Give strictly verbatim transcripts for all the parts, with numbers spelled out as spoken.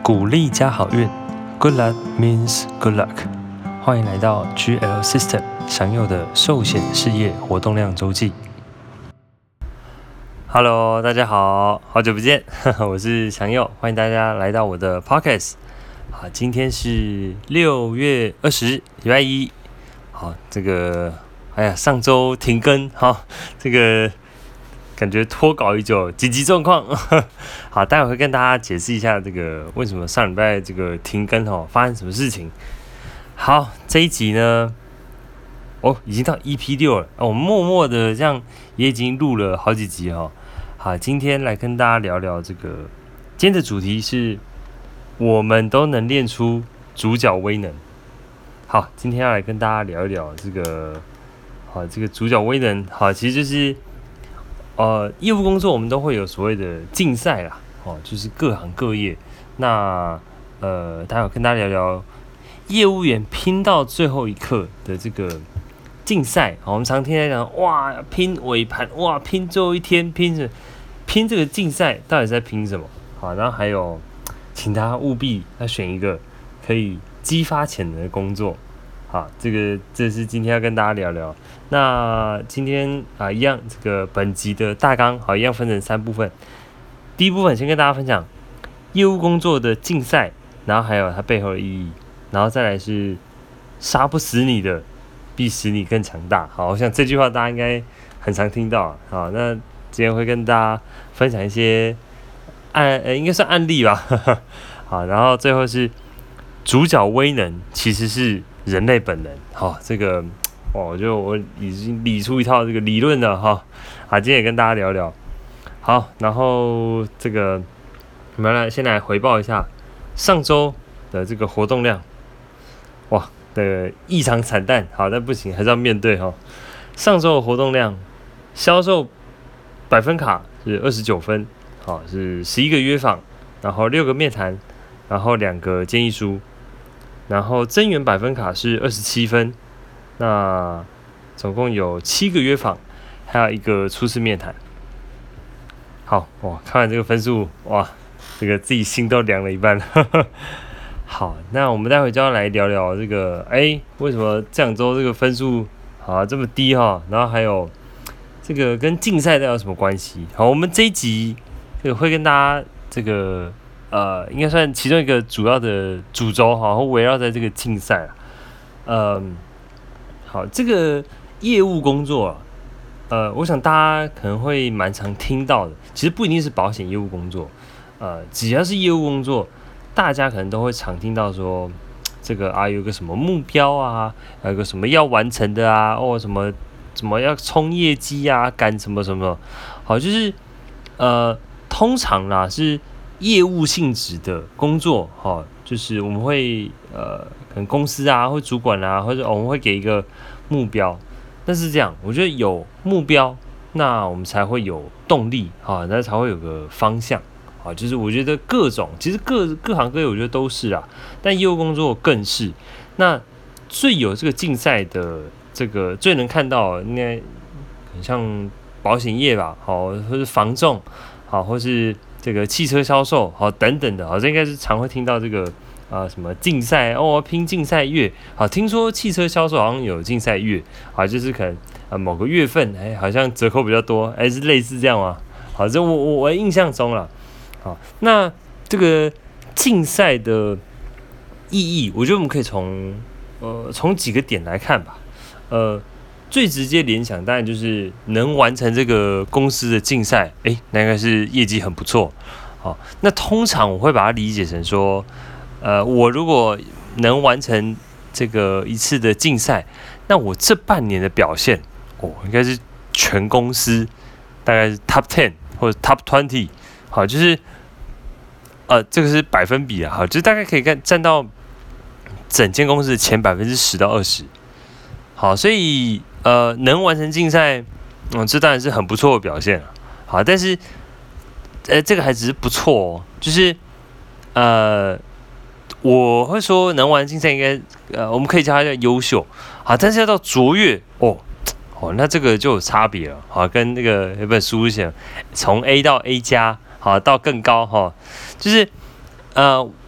鼓励加好运 ，Good luck means good luck。欢迎来到 G L System 享有的寿险事业活动量周记。Hello， 大家好，好久不见，我是祥佑，欢迎大家来到我的 Podcast。好，今天是六月二十日，礼拜一。好，这个，哎呀，上周停更，好，这个。感觉拖稿已久，紧急状况。好，待会会跟大家解释一下这个为什么上礼拜这个停更哦，发生什么事情。好，这一集呢，哦，已经到 E P 六了，哦，我们默默的这样也已经录了好几集哦。好，今天来跟大家聊聊这个，今天的主题是我们都能练出主角威能。好，今天要来跟大家聊一聊这个，好，这个主角威能，好，其实就是。呃，业务工作我们都会有所谓的竞赛啦，哦，就是各行各业。那呃，待会跟大家聊聊业务员拼到最后一刻的这个竞赛。我们常听来讲，哇，拼尾盘，哇，拼最后一天，拼着拼这个竞赛到底在拼什么？好，然后还有，请大家务必要选一个可以激发潜能的工作。好，这个这是今天要跟大家聊聊。那今天啊、呃，一样这个本集的大纲，好，一样分成三部分。第一部分先跟大家分享业务工作的竞赛，然后还有它背后的意义，然后再来是杀不死你的，必使你更强大。好，我想这句话大家应该很常听到。好，那今天会跟大家分享一些案，呃，应该算案例吧。好，然后最后是主角威能其实是人类本能。好，这个。哦，我就我已经理出一套这个理论了哈，好，今天也跟大家聊聊。好，然后这个我们来先来回报一下上周的这个活动量，哇，的异常惨淡，好，但不行，还是要面对哈。上周的活动量，销售百分卡是二十九分，好，是十一个约访，然后六个面谈，然后两个建议书，然后增员百分卡是二十七分。那总共有七个约访，还有一个初次面谈。好，哇，看完这个分数，哇，这个自己心都凉了一半。好，那我们待会就要来聊聊这个，哎，为什么这两周这个分数啊这么低哈？然后还有这个跟竞赛带有什么关系？好，我们这一集这个会跟大家这个呃，应该算其中一个主要的主轴哈，会围绕在这个竞赛啊，嗯。好，这个业务工作啊，呃，我想大家可能会蛮常听到的。其实不一定是保险业务工作，呃，只要是业务工作，大家可能都会常听到说，这个啊有个什么目标啊，有个什么要完成的啊，哦什么什么要冲业绩啊，赶什么什么，好，就是呃，通常啦是业务性质的工作，哈、哦，就是我们会呃，可能公司啊，或主管啊，或者、哦、我们会给一个目标。但是这样，我觉得有目标，那我们才会有动力，哈，那才会有个方向，啊，就是我觉得各种，其实各各行各业我觉得都是啦，但业务工作更是。那最有这个竞赛的这个最能看到，应该很像保险业吧，好，或是房仲，好，或是这个汽车销售，好等等的，好，这应该是常会听到这个啊、呃、什么竞赛哦，拼竞赛月，好，听说汽车销售好像有竞赛月，好，就是可能啊、呃、某个月份，哎，好像折扣比较多，哎，是类似这样吗？好，这我我我印象中了，好，那这个竞赛的意义，我觉得我们可以从呃从几个点来看吧，呃。最直接联想当然就是能完成这个公司的竞赛，哎，那应该是业绩很不错。好，那通常我会把它理解成说，呃，我如果能完成这个一次的竞赛，那我这半年的表现，哦，应该是全公司大概是 top ten 或者 top twenty， 好，就是呃，这个是百分比啊，好，就大概可以看占到整间公司的前百分之十到二十。好，所以呃，能完成竞赛，嗯，这当然是很不错的表现了。好，但是呃，这个还只是不错哦，就是呃，我会说能完成竞赛应该呃，我们可以叫它叫优秀。好，但是要到卓越哦，哦，那这个就有差别了。好，跟那个有本书写从 A 到 A 加，好到更高哈，就是呃，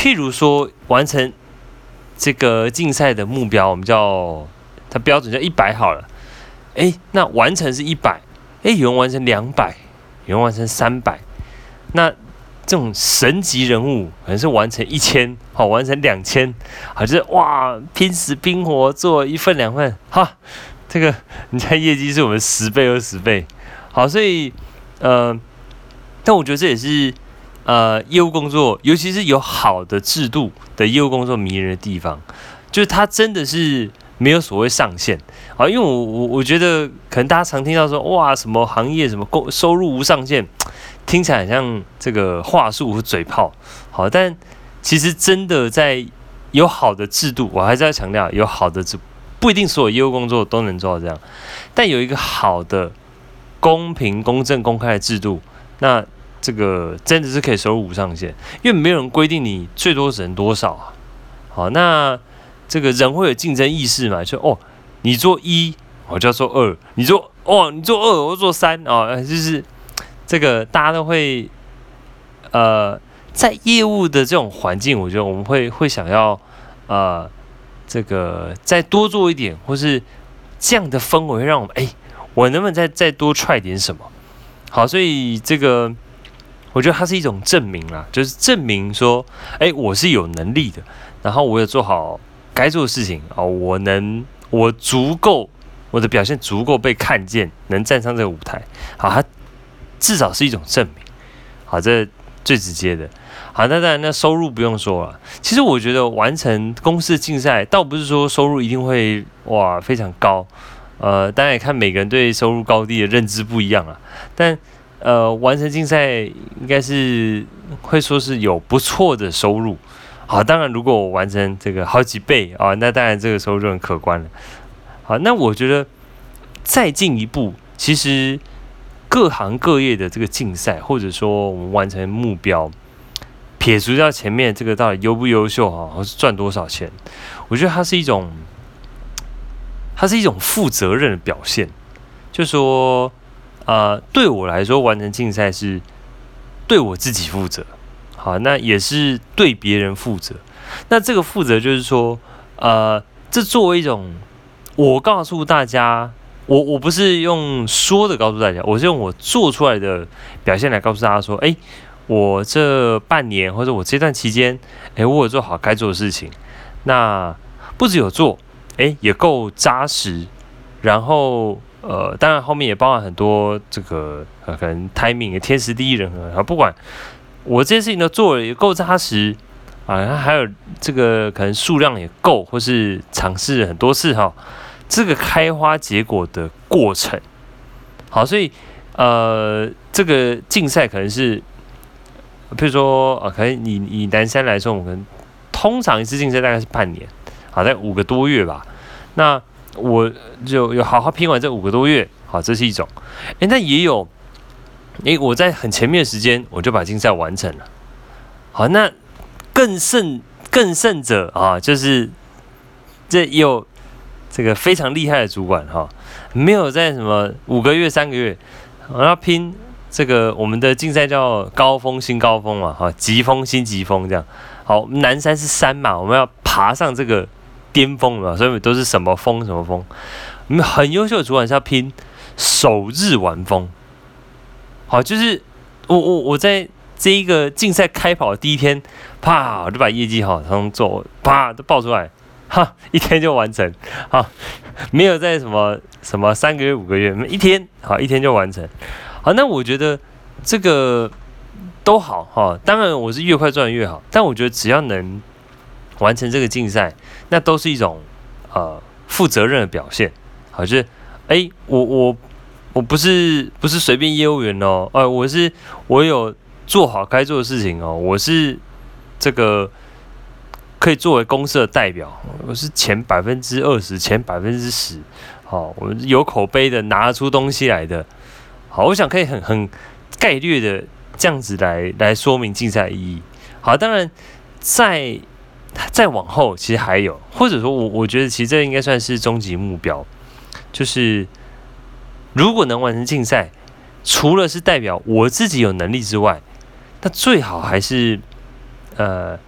譬如说完成这个竞赛的目标，我们叫它标准叫一百好了，哎，那完成是一百，哎，有人完成两百，有人完成三百，那这种神级人物可能是完成一千，好，完成两千，好，就是哇，拼死拼活做一份两份，哈，这个人家业绩是我们十倍二十倍，好，所以呃，但我觉得这也是呃业务工作，尤其是有好的制度的业务工作迷人的地方，就是它真的是没有所谓上限啊，因为我我我觉得可能大家常听到说哇什么行业什么收收入无上限。听起来很像这个话术和嘴炮，好，但其实真的在有好的制度，我还是要强调，有好的制，不一定所有业务工作都能做到这样，但有一个好的、公平、公正、公开的制度，那这个真的是可以收入无上限，因为没有人规定你最多只能多少啊。好，那这个人会有竞争意识嘛？就哦，你做一，我就要做二；你做哦，你做二，我就做三哦，就是。这个大家都会，呃，在业务的这种环境，我觉得我们会会想要，呃，这个再多做一点，或是这样的氛围会让我们，哎，我能不能再再多try点什么？好，所以这个我觉得它是一种证明啦，就是证明说，哎，我是有能力的，然后我有做好该做的事情啊、哦，我能，我足够，我的表现足够被看见，能站上这个舞台，好，它。至少是一种证明，好，这最直接的。好，那当然，那收入不用说了。其实我觉得完成公司的竞赛，倒不是说收入一定会哇非常高，呃，当然也看每个人对收入高低的认知不一样啊。但呃，完成竞赛应该是会说是有不错的收入。好，当然如果我完成这个好几倍啊，那当然这个收入就很可观了。好，那我觉得再进一步，其实。各行各业的这个竞赛，或者说我们完成目标，撇除掉前面这个到底优不优秀哈，或是赚多少钱，我觉得它是一种，它是一种负责任的表现。就说，呃，对我来说，完成竞赛是对我自己负责，好，那也是对别人负责。那这个负责就是说，呃，这作为一种，我告诉大家。我我不是用说的告诉大家，我是用我做出来的表现来告诉大家说，哎，我这半年或者我这段期间，哎，我有做好该做的事情，那不只有做，哎，也够扎实，然后呃，当然后面也包含很多这个呃可能 timing 天时地利人和，啊，不管我这些事情都做了也够扎实啊，还有这个可能数量也够，或是尝试很多次哈。这个开花结果的过程，好，所以呃，这个竞赛可能是，比如说啊，可能以以南山来说，我们可能通常一次竞赛大概是半年，好，在五个多月吧。那我就有好好拼完这五个多月，好，这是一种。哎，那也有，哎，我在很前面的时间我就把竞赛完成了。好，那更甚更甚者啊，就是这也有。这个非常厉害的主管哈，没有在什么五个月、三个月，我要拼这个我们的竞赛叫高峰新高峰嘛，哈，疾风新疾风这样。好，南山是山嘛，我们要爬上这个巅峰嘛，所以都是什么峰什么峰。我们很优秀的主管是要拼首日完封。好，就是我我我在这一个竞赛开跑的第一天，啪我就把业绩好像做啪都爆出来。哈，一天就完成，好，没有在什么什么三个月、五个月，一天，好，一天就完成，好，那我觉得这个都好哈。当然，我是越快赚越好，但我觉得只要能完成这个竞赛，那都是一种呃负责任的表现。好，就是哎、欸，我我我不是不是随便业务员哦，呃，我是我有做好该做的事情哦，我是这个。可以作为公司的代表，我是前百分之二十，前百分之十，好，我有口碑的，拿得出东西来的，好，我想可以很很概略的这样子来来说明竞赛意义。好，当然再再往后，其实还有，或者说我我觉得其实这应该算是终极目标，就是如果能完成竞赛，除了是代表我自己有能力之外，那最好还是呃。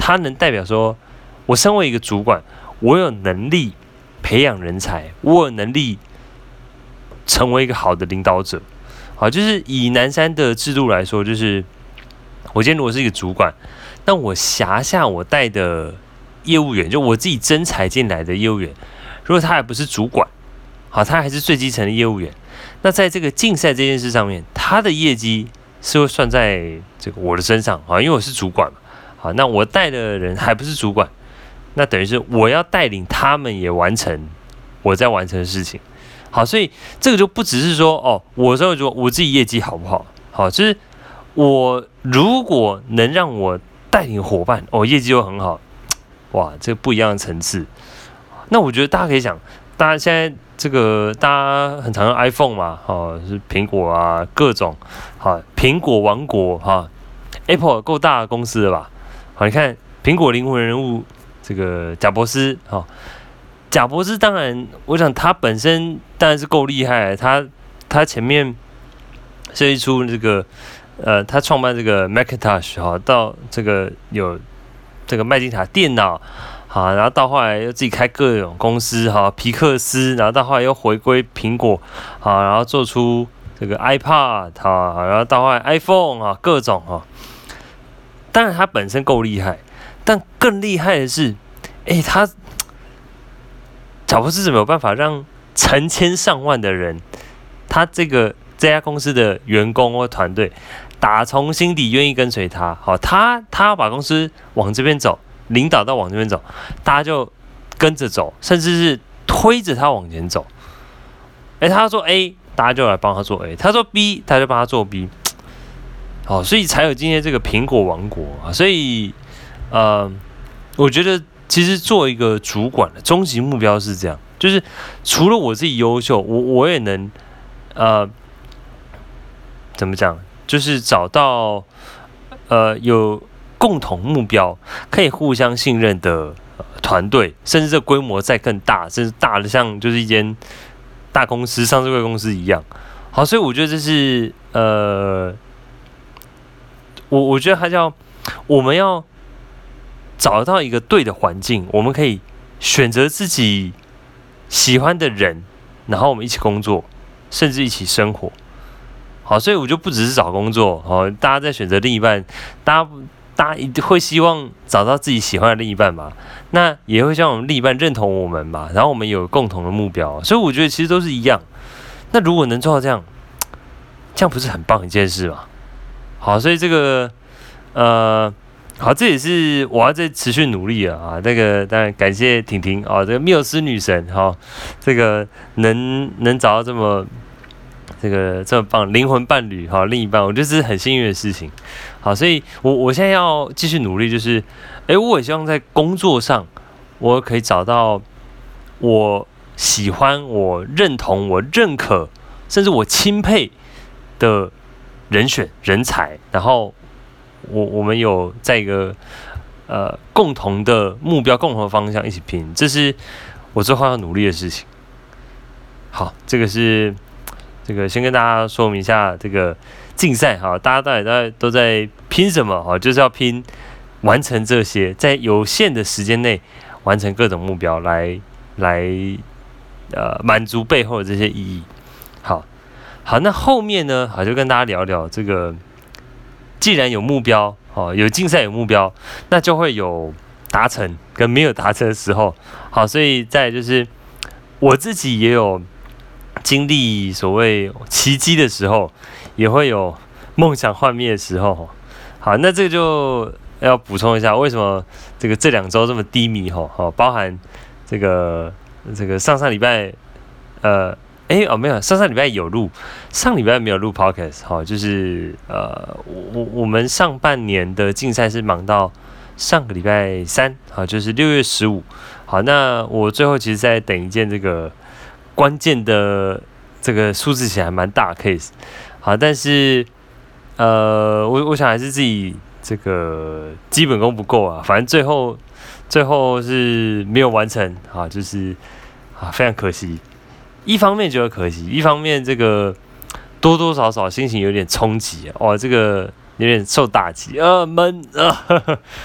它能代表说，我身为一个主管，我有能力培养人才，我有能力成为一个好的领导者。好，就是以南山的制度来说，就是我今天如果是一个主管，那我辖下我带的业务员，就我自己征才进来的业务员，如果他还不是主管，好，他还是最基层的业务员，那在这个竞赛这件事上面，他的业绩是会算在这个我的身上啊，因为我是主管嘛。好，那我带的人还不是主管，那等于是我要带领他们也完成我在完成的事情。好，所以这个就不只是说哦，我说说我自己业绩好不好，好，就是我如果能让我带领伙伴，哦，业绩又很好，哇，这不一样的层次。那我觉得大家可以想，大家现在这个大家很常用 iPhone 嘛，哦，是苹果啊，各种，好，苹果王国哈 ，Apple 够大的公司了吧？好，你看苹果灵魂人物这个贾伯斯，哈。贾伯斯当然，我想他本身当然是够厉害，他他前面设计出这个，呃，他创办这个 Macintosh 哈，到这个有这个麦金塔电脑，好，然后到后来又自己开各种公司哈，皮克斯，然后到后来又回归苹果，好，然后做出这个 iPad 哈，然后到后来 iPhone 啊，各种哈，当然他本身够厉害，但更厉害的是，哎，他。贾伯斯怎么有办法让成千上万的人，他这个这家公司的员工或团队，打从心底愿意跟随他？好，他他要把公司往这边走，领导到往这边走，大家就跟着走，甚至是推着他往前走。哎，他说 A， 大家就来帮他做 A； 他说 B， 大家就帮他做 B。好，所以才有今天这个苹果王国啊。所以，呃，我觉得。其实做一个主管的终极目标是这样，就是除了我自己优秀，我我也能，呃，怎么讲，就是找到呃有共同目标，可以互相信任的、呃、团队，甚至这规模再更大，甚至大的像就是一间大公司、上市柜公司一样。好，所以我觉得这是呃，我我觉得它叫我们要。找到一个对的环境，我们可以选择自己喜欢的人，然后我们一起工作，甚至一起生活。好，所以我就不只是找工作，哦，大家在选择另一半，大家大家一定会希望找到自己喜欢的另一半嘛，那也会希望我们另一半认同我们嘛，然后我们有共同的目标，所以我觉得其实都是一样。那如果能做到这样，这样不是很棒一件事吗？好，所以这个呃。好，这也是我要再持续努力了啊！这个当然感谢婷婷啊，这个缪斯女神哈、哦，这个能能找到这么这个这么棒灵魂伴侣哈、哦，另一半，我觉得是很幸运的事情。好，所以我我现在要继续努力，就是哎，我也希望在工作上，我可以找到我喜欢、我认同、我认可，甚至我钦佩的人选人才，然后。我我们有在一个呃共同的目标、共同的方向一起拼，这是我之后要努力的事情。好，这个是这个先跟大家说明一下这个竞赛哈，大家到底在都在拼什么哈？就是要拼完成这些，在有限的时间内完成各种目标，来来呃满足背后的这些意义。好，好，那后面呢，好就跟大家聊聊这个。既然有目标，哦，有竞赛有目标，那就会有达成跟没有达成的时候。好，所以再来就是我自己也有经历所谓奇迹的时候，也会有梦想幻灭的时候。好，那这个就要补充一下，为什么这个这两周这么低迷？哈，好，包含这个这个上上礼拜，呃。哎哦，没有，上上礼拜有录，上礼拜没有录 podcast， 好，就是呃，我我们上半年的竞赛是忙到上个礼拜三，好，就是六月十五，好，那我最后其实在等一件这个关键的这个数字起来蛮大的 case， 好，但是呃，我我想还是自己这个基本功不够啊，反正最后最后是没有完成，啊，就是啊非常可惜。一方面觉得可惜，一方面这个多多少少心情有点冲击哦，这个有点受打击，呃闷啊，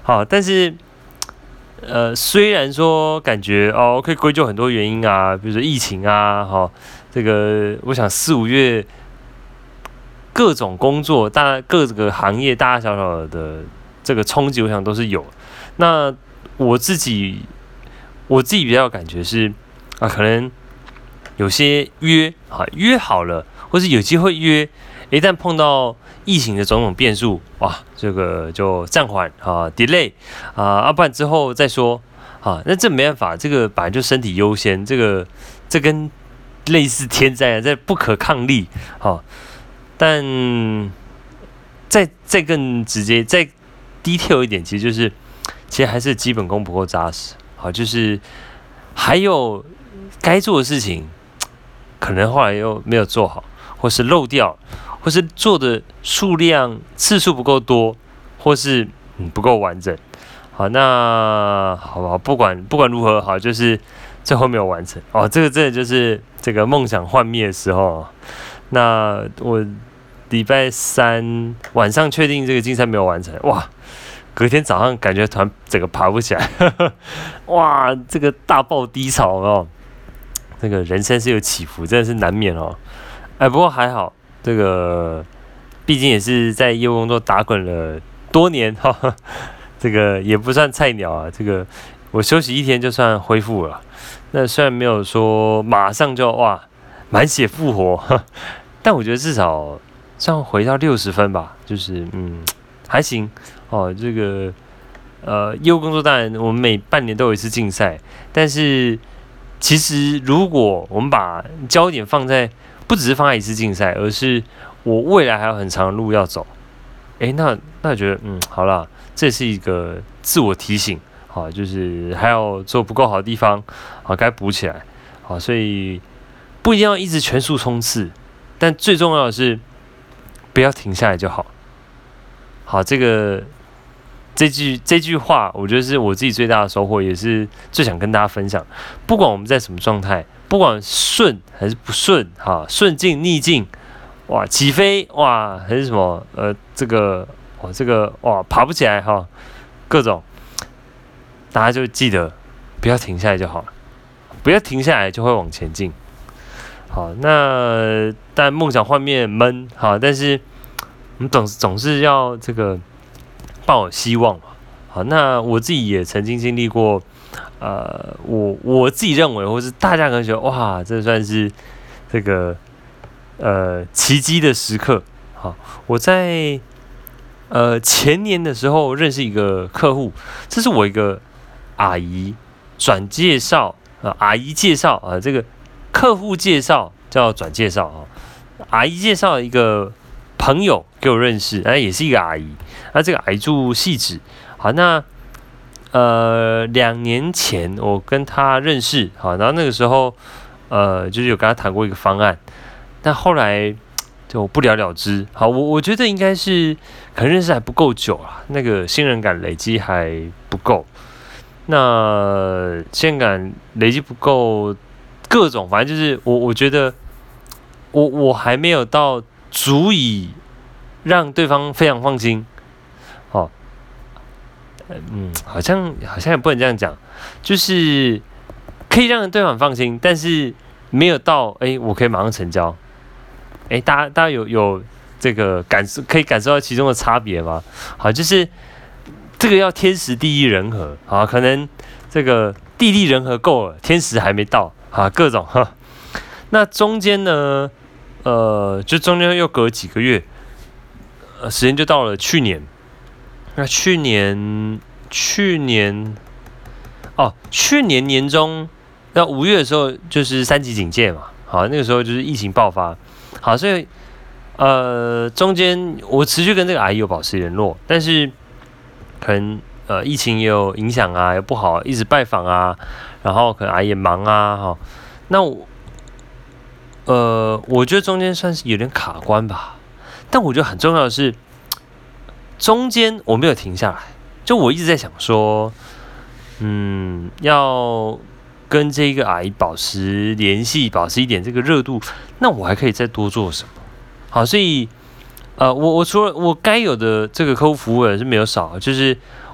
好，但是呃，虽然说感觉哦可以归咎很多原因啊，比如说疫情啊，哈、哦，这个我想四五月各种工作大各个行业大大小小的这个冲击，我想都是有。那我自己我自己比较有感觉是啊，可能有些约啊约好了，或是有机会约，一旦碰到疫情的种种变数，哇，这个就暂缓啊 ，delay 啊，要不然之后再说啊。那这没办法，这个本来就身体优先，这个这跟类似天灾啊，这不可抗力啊。但再再更直接、再 detail 一点，其实就是，其实还是基本功不够扎实。好，就是还有该做的事情，可能后来又没有做好，或是漏掉，或是做的数量次数不够多，或是嗯不够完整。好，那好不好？不管不管如何，好，就是最后没有完成。哦，这个真的就是这个梦想幻灭的时候。那我礼拜三晚上确定这个竞赛没有完成，哇！隔天早上感觉团整个爬不起来，呵呵哇！这个大爆低潮哦，这个人生是有起伏，真的是难免哦。哎，不过还好，这个毕竟也是在业务工作打滚了多年哈、哦，这个也不算菜鸟啊。这个我休息一天就算恢复了，那虽然没有说马上就哇满血复活，呵但我觉得至少算回到六十分吧，就是嗯还行。哦，这个呃，业务工作当然我们每半年都有一次竞赛，但是其实如果我们把焦点放在不只是放在一次竞赛，而是我未来还有很长的路要走，诶，那那我觉得嗯，好啦，这是一个自我提醒，好，就是还有做不够好的地方，好，该补起来，好，所以不一定要一直全速冲刺，但最重要的是不要停下来就好。好，这个。这句这句话，我觉得是我自己最大的收获，也是最想跟大家分享。不管我们在什么状态，不管顺还是不顺，哈，顺境逆境，哇，起飞，哇，还是什么，呃，这个，哇，这个，哇，爬不起来，哈，各种，大家就记得不要停下来就好了，不要停下来就会往前进。好，那但梦想幻灭闷，好，但是我们总总是要这个。抱有希望嘛，好，那我自己也曾经经历过，呃，我我自己认为，或是大家可能觉得，哇，这算是这个呃奇迹的时刻。好，我在呃前年的时候认识一个客户，这是我一个阿姨转介绍啊、呃，阿姨介绍啊、呃，这个客户介绍叫转介绍啊、哦，阿姨介绍一个朋友给我认识，哎，也是一个阿姨。那这个阿姨住汐止，好，那呃两年前我跟她认识，好，然后那个时候呃就是有跟她谈过一个方案，但后来就不了了之。好，我我觉得应该是可能认识还不够久啦，那个信任感累积还不够。那信任感累积不够，各种反正就是我我觉得我我还没有到足以让对方非常放心。哦，嗯，好像好像也不能这样讲，就是可以让对方放心，但是没有到哎、欸，我可以马上成交。哎、欸，大家大家有有这个感受，可以感受到其中的差别吗？好，就是这个要天时地利人和啊，可能这个地利人和够了，天时还没到啊，各种哈。那中间呢，呃，就中间又隔几个月，呃，时间就到了去年。那去年，去年，哦，去年年中，那五月的时候就是三级警戒嘛，好，那个时候就是疫情爆发，好，所以呃中间我持续跟这个阿姨有保持联络，但是可能呃疫情也有影响啊，也不好一直拜访啊，然后可能阿姨也忙啊，哈，那我呃我觉得中间算是有点卡关吧，但我觉得很重要的是。中间我没有停下来，就我一直在想说，嗯，要跟这个阿姨保持联系，保持一点这个热度，那我还可以再多做什么？好，所以呃，我我除了我该有的这个客户服务也是没有少，就是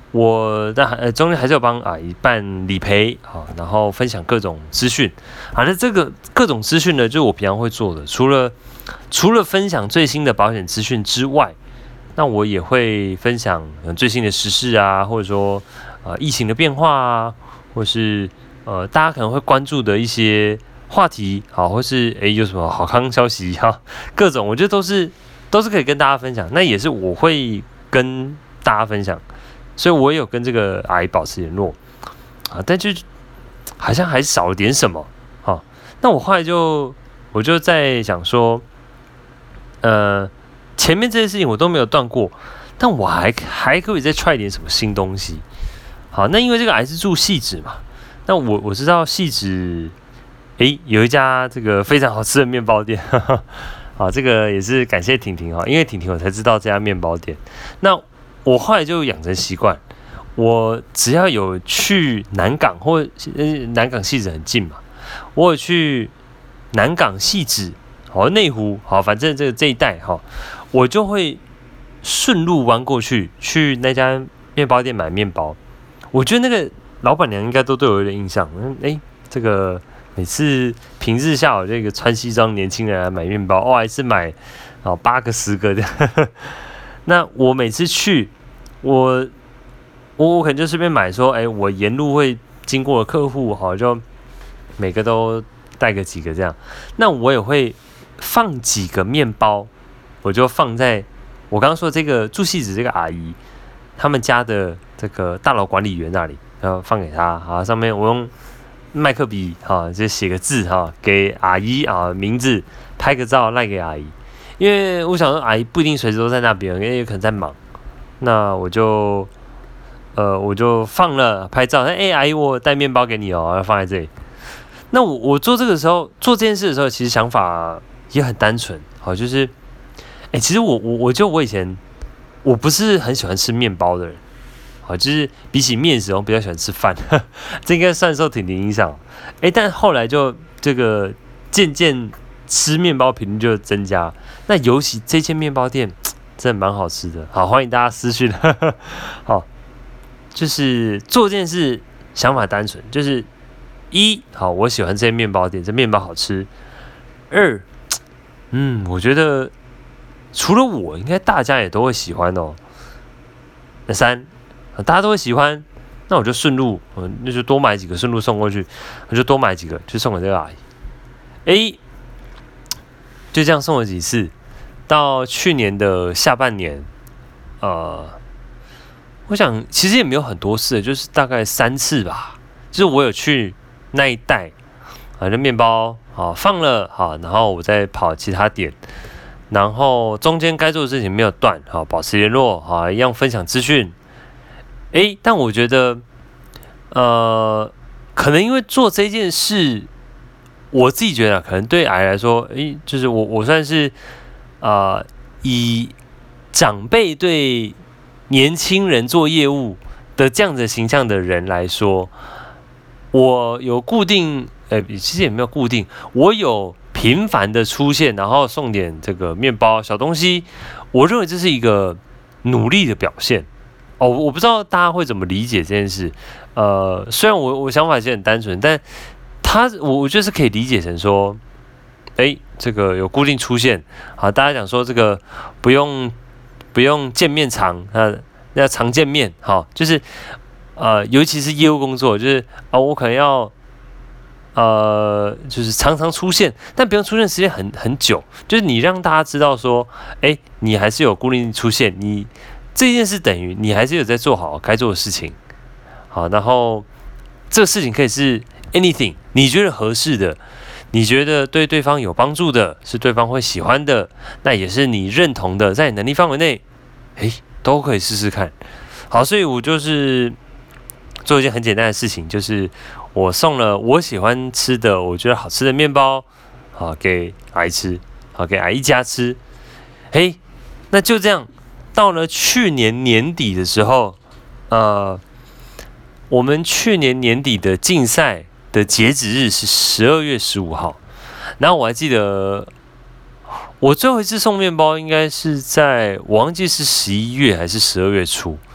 我但呃中间还是有帮阿姨办理赔啊，然后分享各种资讯。好，那这个各种资讯呢，就是我平常会做的。除了除了分享最新的保险资讯之外，那我也会分享最新的时事啊，或者说呃疫情的变化啊，或是呃大家可能会关注的一些话题，好，或是诶有什么好康消息哈，各种我觉得都是都是可以跟大家分享。那也是我会跟大家分享。所以我也有跟这个阿姨保持联络啊，但就好像还少了点什么啊。那我后来就我就在想说，呃，前面这些事情我都没有断过，但我还还可以再 try 点什么新东西。好，那因为这个阿姨是住汐止嘛，那我我知道汐止，诶有一家这个非常好吃的面包店，呵呵好，这个也是感谢婷婷哈，因为婷婷我才知道这家面包店。那我后来就养成习惯，我只要有去南港或呃南港汐止很近嘛，我有去南港汐止，好内湖，好反正这个这一带哈，我就会顺路弯过去，去那家面包店买面包。我觉得那个老板娘应该都对我有点印象，哎，这个每次平日下午这个穿西装年轻人来买面包，哦还是买哦八个十个的。那我每次去，我我我可能就随便买说，哎，我沿路会经过的客户，哈，就每个都带个几个这样。那我也会放几个面包，我就放在我刚刚说的这个住汐止这个阿姨他们家的这个大楼管理员那里，然后放给他，好，上面我用麦克笔，哈，就写个字，哈，给阿姨啊名字，拍个照赖给阿姨。因为我想说，阿姨不一定随时都在那边，因为有可能在忙。那我就，呃，我就放了拍照。哎、欸，阿姨，我带面包给你哦，要放在这里。那我我做这个时候，做这件事的时候，其实想法也很单纯，好，就是，哎、欸，其实我我我就我以前我不是很喜欢吃面包的人，好，就是比起面食，我比较喜欢吃饭，呵呵这应该算受挺影响。哎、欸，但后来就这个渐渐。吃面包频率就增加，那尤其这间面包店真的蛮好吃的，好欢迎大家私讯，好，就是做这件事想法单纯，就是一好我喜欢这间面包店，这面包好吃，二嗯我觉得除了我，应该大家也都会喜欢哦，那三大家都会喜欢，那我就顺路，嗯那就多买几个顺路送过去，我就多买几个就送给这个阿姨，诶。就这样送了几次，到去年的下半年，呃，我想其实也没有很多次，就是大概三次吧。就是我有去那一带，啊，那面包好放了好，然后我再跑其他点，然后中间该做的事情没有断，好，保持联络，好，一样分享资讯。诶，但我觉得，呃，可能因为做这件事。我自己觉得，可能对阿姨来说，诶，就是我我算是，呃，以长辈对年轻人做业务的这样子形象的人来说，我有固定，呃，其实也没有固定，我有频繁的出现，然后送点这个面包小东西，我认为这是一个努力的表现。哦，我不知道大家会怎么理解这件事。呃，虽然我我想法其实很单纯，但他我我觉得是可以理解成说，哎，这个有固定出现，好，大家讲说这个不用不用见面常，啊，要常见面，好，就是呃，尤其是业务工作，就是啊、呃，我可能要呃，就是常常出现，但不用出现时间很很久，就是你让大家知道说，哎，你还是有固定出现，你这件事等于你还是有在做好该做的事情，好，然后这个事情可以是。anything 你觉得合适的，你觉得对对方有帮助的，是对方会喜欢的，那也是你认同的，在你能力范围内，诶，都可以试试看。好，所以我就是做一件很简单的事情，就是我送了我喜欢吃的，我觉得好吃的面包，好给阿姨吃，好给阿姨家吃。诶，那就这样，到了去年年底的时候，呃，我们去年年底的竞赛的截止日是十二月十五号，然后我还记得我最后一次送面包应该是在我忘记是十一月还是十二月初，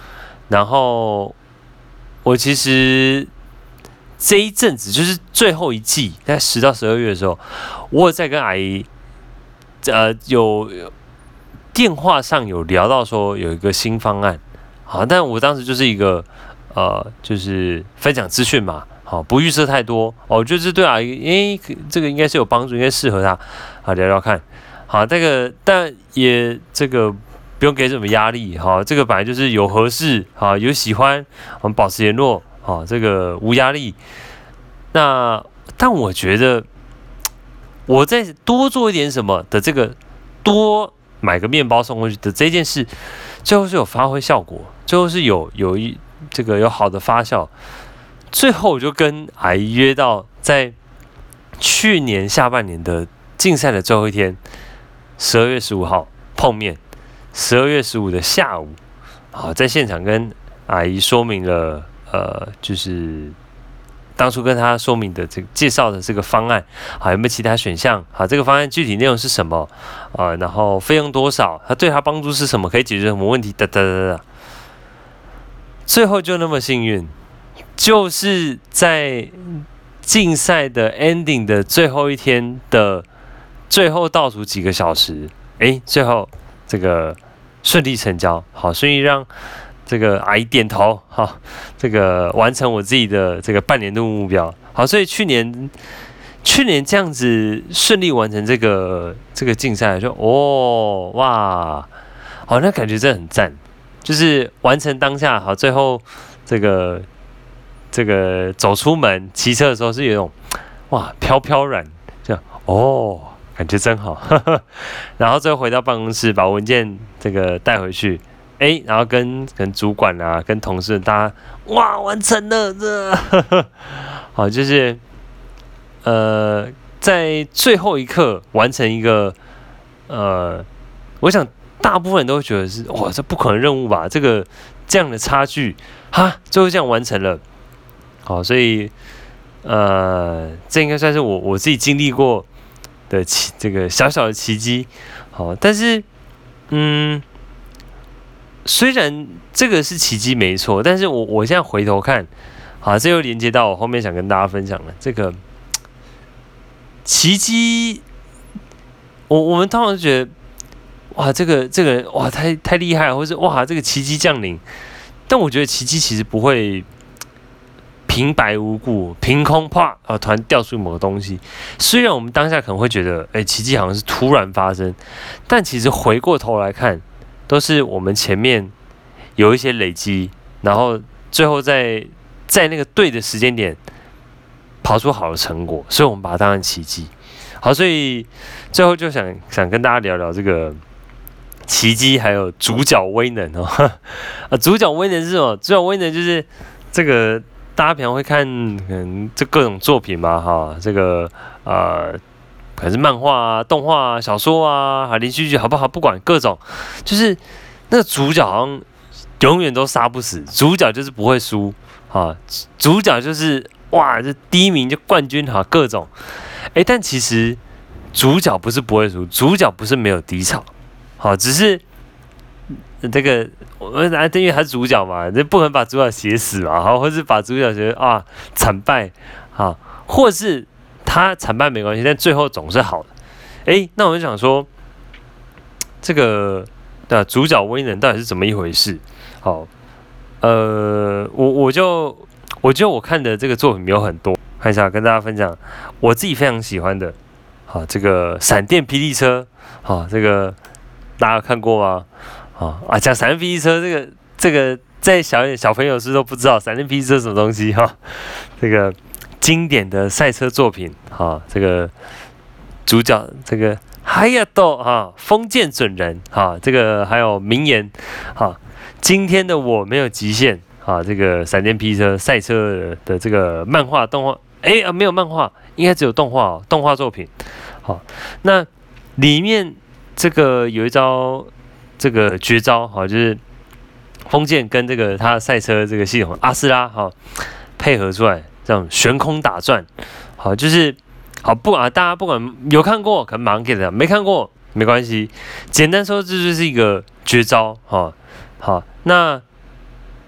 然后我其实这一阵子就是最后一季，在十到十二月的时候，我有在跟阿姨，呃，有电话上有聊到说有一个新方案，好，但我当时就是一个呃，就是分享资讯嘛，好，不预设太多，哦，就是对阿姨，诶，这个应该是有帮助，应该适合她，好，聊聊看，好，这个但也这个不用给什么压力，好，这个本来就是有合适，好，有喜欢，我们保持联络。好，这个无压力。那但我觉得，我再多做一点什么的这个多买个面包送过去的这件事，最后是有发挥效果，最后是有有一这个有好的发酵。最后我就跟阿姨约到在去年下半年的竞赛的最后一天，十二月十五号碰面。十二月十五的下午，好，在现场跟阿姨说明了。呃，就是当初跟他说明的这个介绍的这个方案，好，有没有其他选项？好，这个方案具体内容是什么？啊、呃，然后费用多少？它对他帮助是什么？可以解决什么问题？哒哒哒哒。最后就那么幸运，就是在竞赛的 ending 的最后一天的最后倒数几个小时，哎，最后这个顺利成交，好，顺利让。这个阿姨点头，好，这个完成我自己的这个半年度目标，好，所以去年去年这样子顺利完成这个这个竞赛，就哦哇，好，那感觉真的很赞，就是完成当下，好，最后这个这个走出门骑车的时候是有一种哇飘飘然，这样哦，感觉真好，呵呵，然后最后回到办公室把文件这个带回去。哎，然后跟跟主管啊，跟同事，大家哇完成了这，好，就是呃，在最后一刻完成一个呃，我想大部分人都会觉得是哇，这不可能任务吧？这个这样的差距，哈，最后这样完成了，好，所以呃，这应该算是我我自己经历过的奇这个小小的奇迹，好，但是嗯。虽然这个是奇迹没错，但是我我现在回头看，好，这又连接到我后面想跟大家分享的这个奇迹。我我们通常觉得，哇，这个这个人哇太太厉害了，或是哇这个奇迹降临。但我觉得奇迹其实不会平白无故、凭空啪啊突然掉出某个东西。虽然我们当下可能会觉得，哎，奇迹好像是突然发生，但其实回过头来看。都是我们前面有一些累积，然后最后在在那个对的时间点跑出好的成果，所以我们把它当成奇迹。好，所以最后就想想跟大家聊聊这个奇迹，还有主角威能哦。啊，主角威能是什么？主角威能就是这个大家平常会看，可能这各种作品嘛，哈，这个呃。可能是漫画啊、动画啊、小说啊、啊连续剧，好不好？不管各种，就是那个主角好像永远都杀不死，主角就是不会输啊，主角就是哇，这第一名就冠军哈，各种。哎，但其实主角不是不会输，主角不是没有低潮，好，只是这个我们啊，因为他是主角嘛，这不可能把主角写死嘛，好，或是把主角觉得啊惨败，好，或是。他惨败没关系，但最后总是好的。哎，那我就想说，这个的主角威能到底是怎么一回事？好，呃，我我就我觉得我看的这个作品有很多，看一下跟大家分享我自己非常喜欢的。好，这个闪电霹雳车，好，这个大家有看过吗？好啊，讲闪电霹雳车这个这个在小一点小朋友是都不知道闪电霹雳车是什么东西哈，这个。经典的赛车作品，哈，这个主角这个哈亚斗哈，封建准人哈，这个还有名言哈，今天的我没有极限啊，这个闪电霹车赛车的这个漫画动画，哎啊没有漫画，应该只有动画哦，动画作品，好，那里面这个有一招这个绝招哈，就是封建跟这个他赛车这个系统阿斯拉哈配合出来。这种悬空打转，好，就是好不啊，大家不管有看过，可能马上 get 到；没看过没关系。简单说，这就是一个绝招，哈，好。那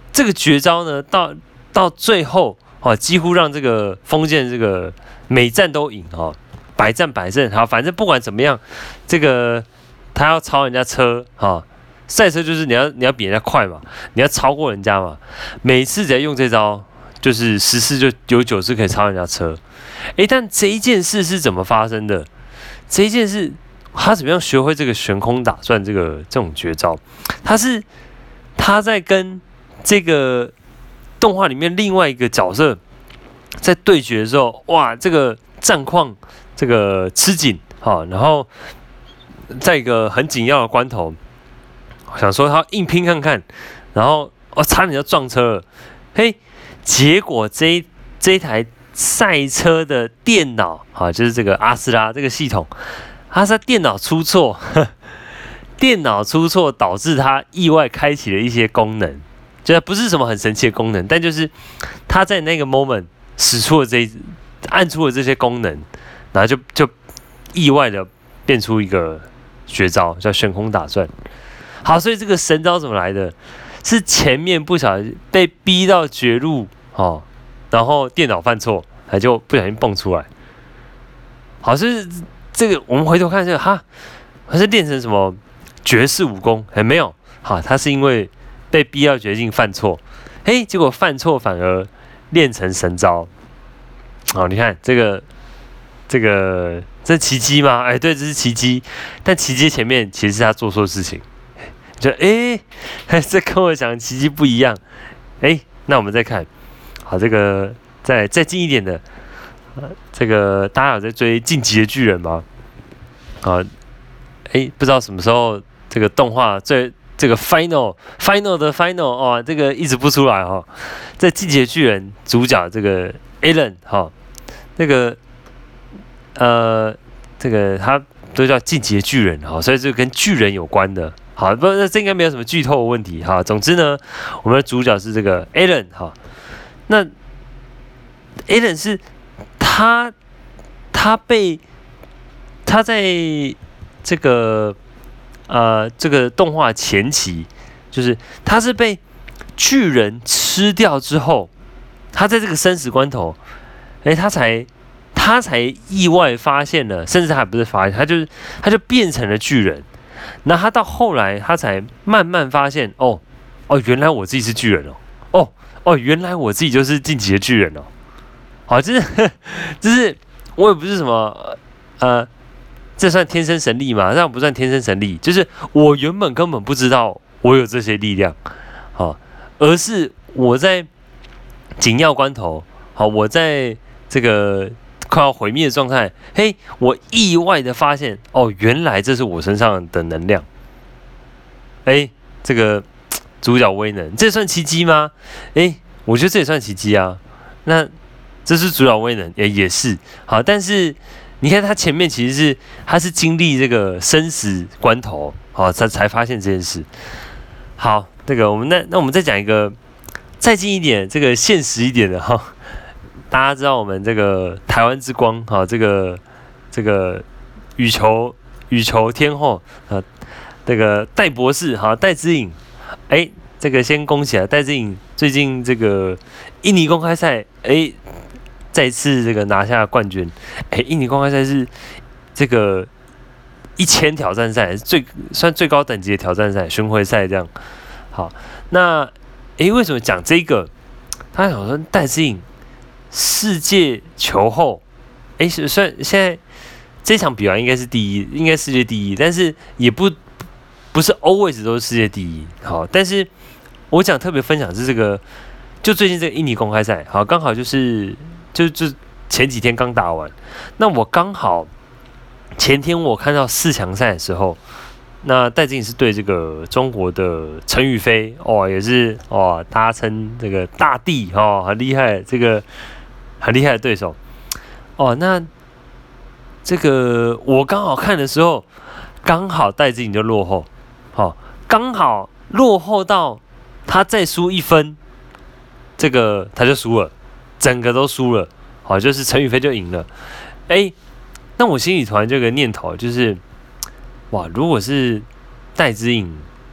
这个绝招呢，到到最后哦，几乎让这个封建这个每战都赢哦，百战百胜。好，反正不管怎么样，这个他要超人家车哈，赛车就是你要你要比人家快嘛，你要超过人家嘛。每次只要用这招，就是十次就有九次可以超人家车。诶，但这一件事是怎么发生的？这一件事他怎么样学会这个悬空打转这个这种绝招？他是他在跟这个动画里面另外一个角色在对决的时候，哇，这个战况这个吃紧，好，然后在一个很紧要的关头，想说他硬拼看看，然后哦差点要撞车了，嘿，结果这一这一台赛车的电脑，啊，就是这个阿斯拉这个系统，阿斯拉电脑出错，呵电脑出错导致他意外开启了一些功能。就不是什么很神奇的功能，但就是他在那个 moment 使出了这一按出了这些功能，然后就就意外的变出一个绝招，叫悬空打转。好，所以这个神招怎么来的？是前面不小心被逼到绝路哦，然后电脑犯错，还就不小心蹦出来。好，是这个我们回头看这个哈，还是练成什么绝世武功？还没有，好，他是因为被逼到绝境犯错，嘿，结果犯错反而练成神招。好，你看这个，这个这是奇迹吗？哎，对，这是奇迹。但奇迹前面其实是他做错事情，就哎，这跟我想的奇迹不一样。哎，那我们再看，好，这个再再近一点的，这个大家有在追《进击的巨人》吗？啊，哎，不知道什么时候这个动画最。这个 final final 的 final 哦，这个一直不出来哈、哦。在《进击的巨人》主角这个 Alan 哈、哦，那个呃，这个他都叫进击的巨人哈、哦，所以就跟巨人有关的。好，不，这应该没有什么剧透的问题哈。总之呢，我们的主角是这个 Alan 哈、哦。那 Alan 是他他被他在这个。呃，这个动画前期就是他是被巨人吃掉之后，他在这个生死关头，哎，他才他才意外发现了，甚至他还不是发现，他就是他就变成了巨人。那他到后来，他才慢慢发现，哦哦，原来我自己是巨人哦，哦哦，原来我自己就是进击的巨人哦。好，就是就是我也不是什么呃。这算天生神力吗？这样不算天生神力，就是我原本根本不知道我有这些力量，好，而是我在紧要关头，好，我在这个快要毁灭的状态，嘿，我意外的发现，哦，原来这是我身上的能量，哎，这个主角威能，这算奇迹吗？哎，我觉得这也算奇迹啊。那这是主角威能，也也是好，但是。你看他前面其实是他是经历这个生死关头，好、哦，才才发现这件事。好，这个我们那那我们再讲一个再近一点，这个现实一点的哈、哦。大家知道我们这个台湾之光，哈、哦，这个这个羽球羽球天后啊，这个戴博士，哈、哦，戴资颖，哎，这个先恭喜啊，戴资颖最近这个印尼公开赛，哎。再次这个拿下冠军，哎，印尼公开赛是这个一千挑战赛，最算最高等级的挑战赛，巡回赛这样。好，那哎，为什么讲这个？他想说戴资颖世界球后，哎，虽然现在这场比完应该是第一，应该世界第一，但是也不不是 always 都是世界第一。好，但是我想特别分享是这个，就最近这个印尼公开赛，好，刚好就是。就就前几天刚打完，那我刚好前天我看到四强赛的时候，那戴资颖是对这个中国的陈雨菲哦，也是哦，大家称这个大帝哦，很厉害，这个很厉害的对手哦。那这个我刚好看的时候，刚好戴资颖就落后，好、哦，刚好落后到他再输一分，这个他就输了。整个都输了，好，就是陈雨菲就赢了，哎，那我心里突然就有个念头，就是，哇，如果是戴资颖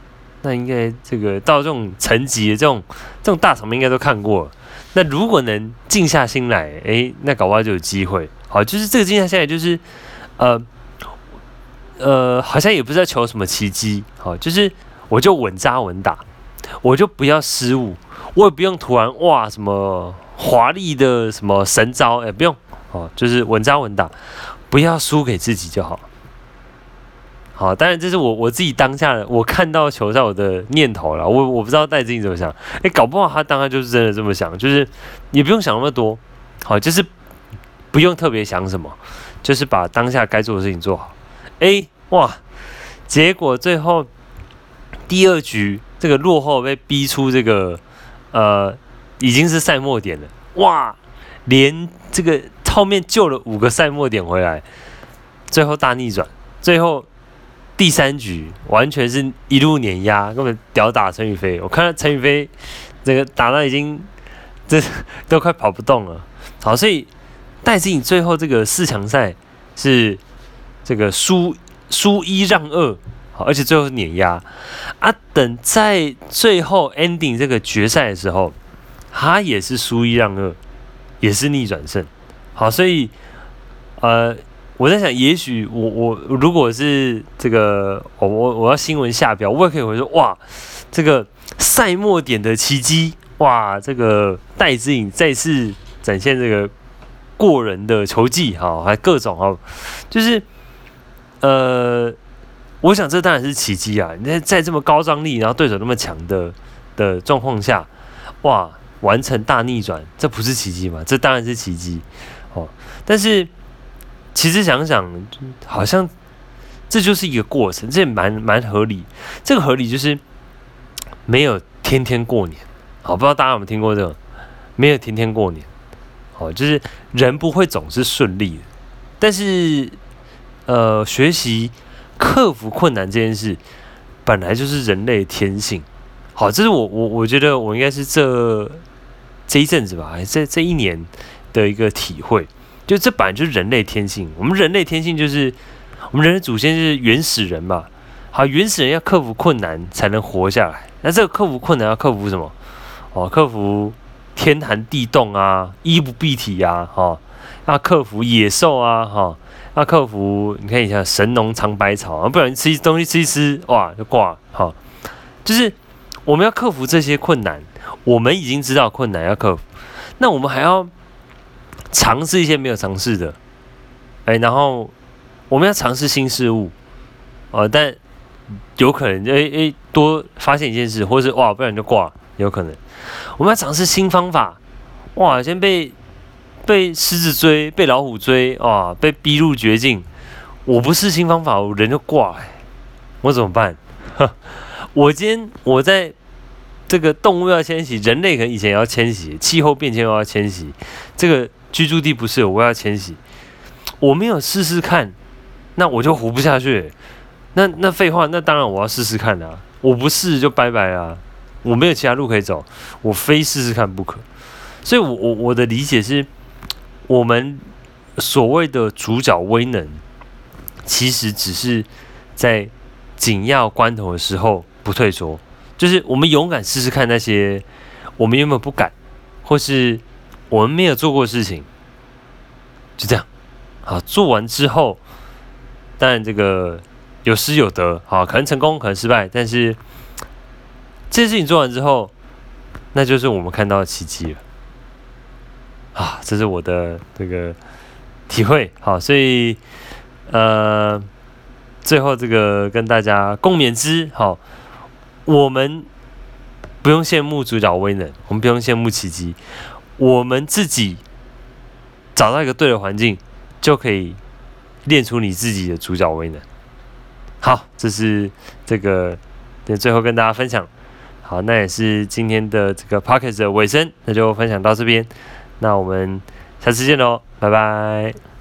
那应该这个到这种层级的这种这种大场面应该都看过了。那如果能静下心来，哎，那搞不好就有机会。好，就是这个静下心来，就是呃呃，好像也不是在求什么奇迹，好，就是我就稳扎稳打，我就不要失误，我也不用突然哇什么华丽的什么神招，哎，不用，哦，就是稳扎稳打，不要输给自己就好。好，当然这是我我自己当下的我看到球赛我的念头了，我我不知道戴资颖怎么想，哎，搞不好他当下就是真的这么想，就是也不用想那么多，好，就是不用特别想什么，就是把当下该做的事情做好。哎，哇，结果最后第二局这个落后被逼出这个呃已经是赛末点了，哇，连这个后面救了五个赛末点回来，最后大逆转，最后。第三局完全是一路碾压，根本屌打陈宇飞。我看到陈宇飞这个打到已经这都快跑不动了。好，所以戴资颖最后这个四强赛是这个输输一让二，好，而且最后是碾压啊。等在最后 ending 这个决赛的时候，他也是输一让二，也是逆转胜。好，所以呃。我在想，也许我我如果是这个，我我我要新闻下标，我也可以回说，哇，这个赛末点的奇迹，哇，这个戴资颖再次展现这个过人的球技，哈，还各种哈，就是呃，我想这当然是奇迹啊！你在在这么高张力，然后对手那么强的的状况下，哇，完成大逆转，这不是奇迹吗？这当然是奇迹，哦，但是。其实想想，好像这就是一个过程，这也蛮蛮合理。这个合理就是没有天天过年，好，不知道大家有没有听过这个？没有天天过年，好，就是人不会总是顺利的。但是，呃，学习克服困难这件事，本来就是人类的天性。好，这是我我我觉得我应该是这这一阵子吧，这这一年的一个体会。就这本来就是人类天性，我们人类天性就是我们人的祖先是原始人嘛，好，原始人要克服困难才能活下来。那这个克服困难要克服什么？哦，克服天寒地冻啊，衣不蔽体啊，哈、哦，要克服野兽啊，哈、哦，要克服你看一下神农尝百草啊，不然吃东西吃一吃，哇就挂，哈、哦，就是我们要克服这些困难，我们已经知道困难要克服，那我们还要。尝试一些没有尝试的，哎，然后我们要尝试新事物，呃，但有可能哎哎多发现一件事，或是哇，不然就挂，有可能。我们要尝试新方法，哇，先被被狮子追，被老虎追，哇，被逼入绝境，我不试新方法，我人就挂、欸，我怎么办？我今天我在。这个动物要迁徙，人类可能以前也要迁徙，气候变迁又要迁徙，这个居住地不适合，我要迁徙。我没有试试看，那我就活不下去。那那废话，那当然我要试试看啊！我不试就拜拜啊！我没有其他路可以走，我非试试看不可。所以我，我我的理解是，我们所谓的主角威能，其实只是在紧要关头的时候不退缩。就是我们勇敢试试看那些我们原本不敢，或是我们没有做过的事情，就这样。好，做完之后，当然这个有失有得，好，可能成功，可能失败，但是这件事情做完之后，那就是我们看到的奇迹了。啊，这是我的这个体会。好，所以呃，最后这个跟大家共勉之，好。我们不用羡慕主角威能，我们不用羡慕奇迹，我们自己找到一个对的环境，就可以练出你自己的主角威能。好，这是这个最后跟大家分享。好，那也是今天的这个 podcast 的尾声，那就分享到这边。那我们下次见喽，拜拜。